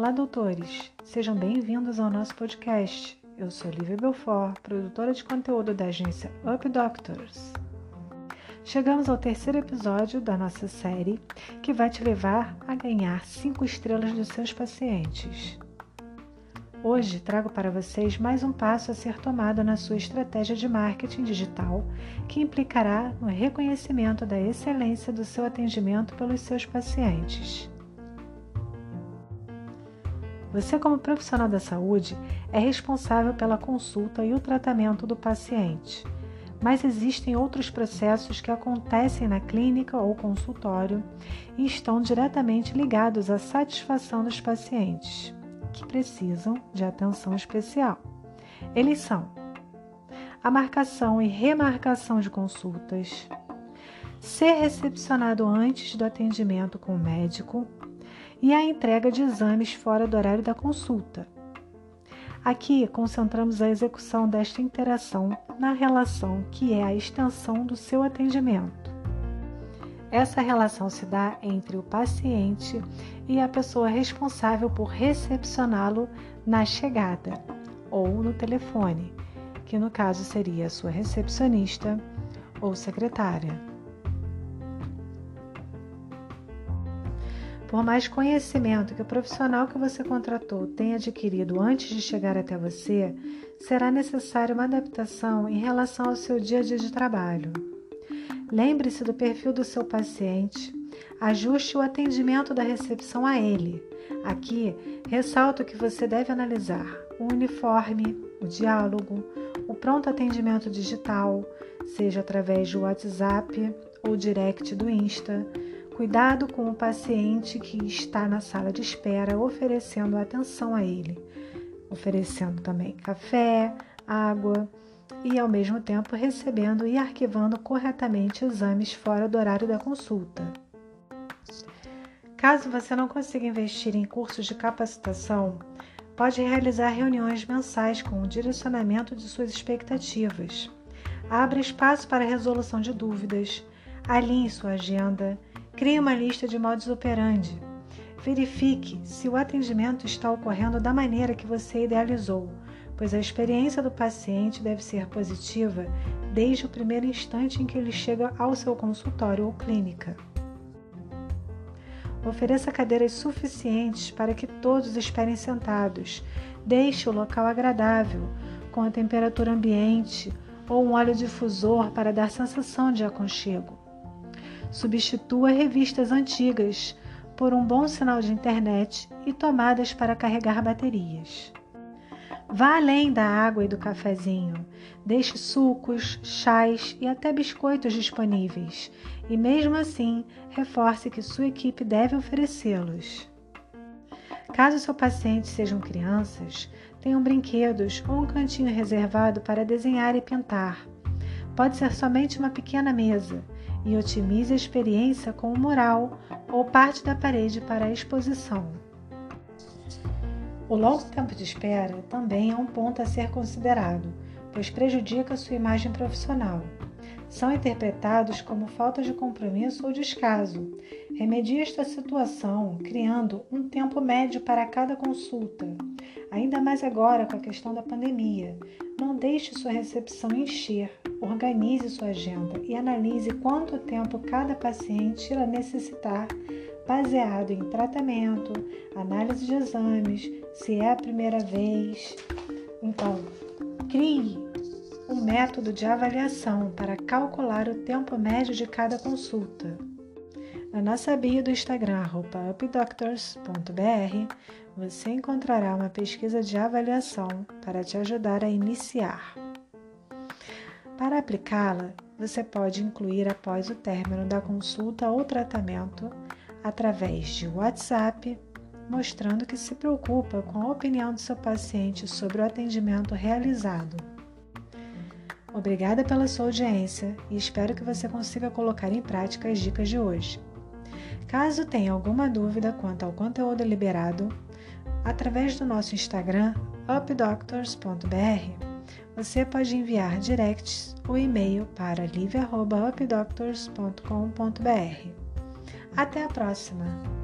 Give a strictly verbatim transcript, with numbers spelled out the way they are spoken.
Olá, doutores! Sejam bem-vindos ao nosso podcast. Eu sou Lívia Belfort, produtora de conteúdo da agência Up Doctors. Chegamos ao terceiro episódio da nossa série, que vai te levar a ganhar cinco estrelas dos seus pacientes. Hoje trago para vocês mais um passo a ser tomado na sua estratégia de marketing digital, que implicará no reconhecimento da excelência do seu atendimento pelos seus pacientes. Você, como profissional da saúde, é responsável pela consulta e o tratamento do paciente. Mas existem outros processos que acontecem na clínica ou consultório e estão diretamente ligados à satisfação dos pacientes, que precisam de atenção especial. Eles são a marcação e remarcação de consultas, ser recepcionado antes do atendimento com o médico e a entrega de exames fora do horário da consulta. Aqui concentramos a execução desta interação na relação que é a extensão do seu atendimento. Essa relação se dá entre o paciente e a pessoa responsável por recepcioná-lo na chegada ou no telefone, que no caso seria a sua recepcionista ou secretária. Por mais conhecimento que o profissional que você contratou tenha adquirido antes de chegar até você, será necessária uma adaptação em relação ao seu dia a dia de trabalho. Lembre-se do perfil do seu paciente, ajuste o atendimento da recepção a ele. Aqui, ressalto que você deve analisar o uniforme, o diálogo, o pronto atendimento digital, seja através do WhatsApp ou direct do Insta. Cuidado com o paciente que está na sala de espera, oferecendo atenção a ele, oferecendo também café, água e, ao mesmo tempo, recebendo e arquivando corretamente exames fora do horário da consulta. Caso você não consiga investir em cursos de capacitação, pode realizar reuniões mensais com o direcionamento de suas expectativas. Abra espaço para a resolução de dúvidas, alinhe sua agenda, crie uma lista de modus operandi. Verifique se o atendimento está ocorrendo da maneira que você idealizou, pois a experiência do paciente deve ser positiva desde o primeiro instante em que ele chega ao seu consultório ou clínica. Ofereça cadeiras suficientes para que todos esperem sentados. Deixe o local agradável, com a temperatura ambiente ou um óleo difusor para dar sensação de aconchego. Substitua revistas antigas por um bom sinal de internet e tomadas para carregar baterias. Vá além da água e do cafezinho. Deixe sucos, chás e até biscoitos disponíveis. E mesmo assim, reforce que sua equipe deve oferecê-los. Caso seu paciente sejam crianças, tenham brinquedos ou um cantinho reservado para desenhar e pintar. Pode ser somente uma pequena mesa, e otimize a experiência com um mural ou parte da parede para a exposição. O longo tempo de espera também é um ponto a ser considerado, pois prejudica sua imagem profissional. São interpretados como falta de compromisso ou descaso. Remedie esta situação criando um tempo médio para cada consulta, ainda mais agora com a questão da pandemia. Não deixe sua recepção encher. Organize sua agenda e analise quanto tempo cada paciente irá necessitar, baseado em tratamento, análise de exames, se é a primeira vez. Então, crie um método de avaliação para calcular o tempo médio de cada consulta. Na nossa bio do Instagram, arroba up doctors ponto b r, você encontrará uma pesquisa de avaliação para te ajudar a iniciar. Para aplicá-la, você pode incluir após o término da consulta ou tratamento, através de WhatsApp, mostrando que se preocupa com a opinião do seu paciente sobre o atendimento realizado. Obrigada pela sua audiência e espero que você consiga colocar em prática as dicas de hoje. Caso tenha alguma dúvida quanto ao conteúdo liberado, através do nosso Instagram, up doctors ponto b r, você pode enviar directs ou e-mail para livia arroba up doctors ponto com ponto b r. Até a próxima!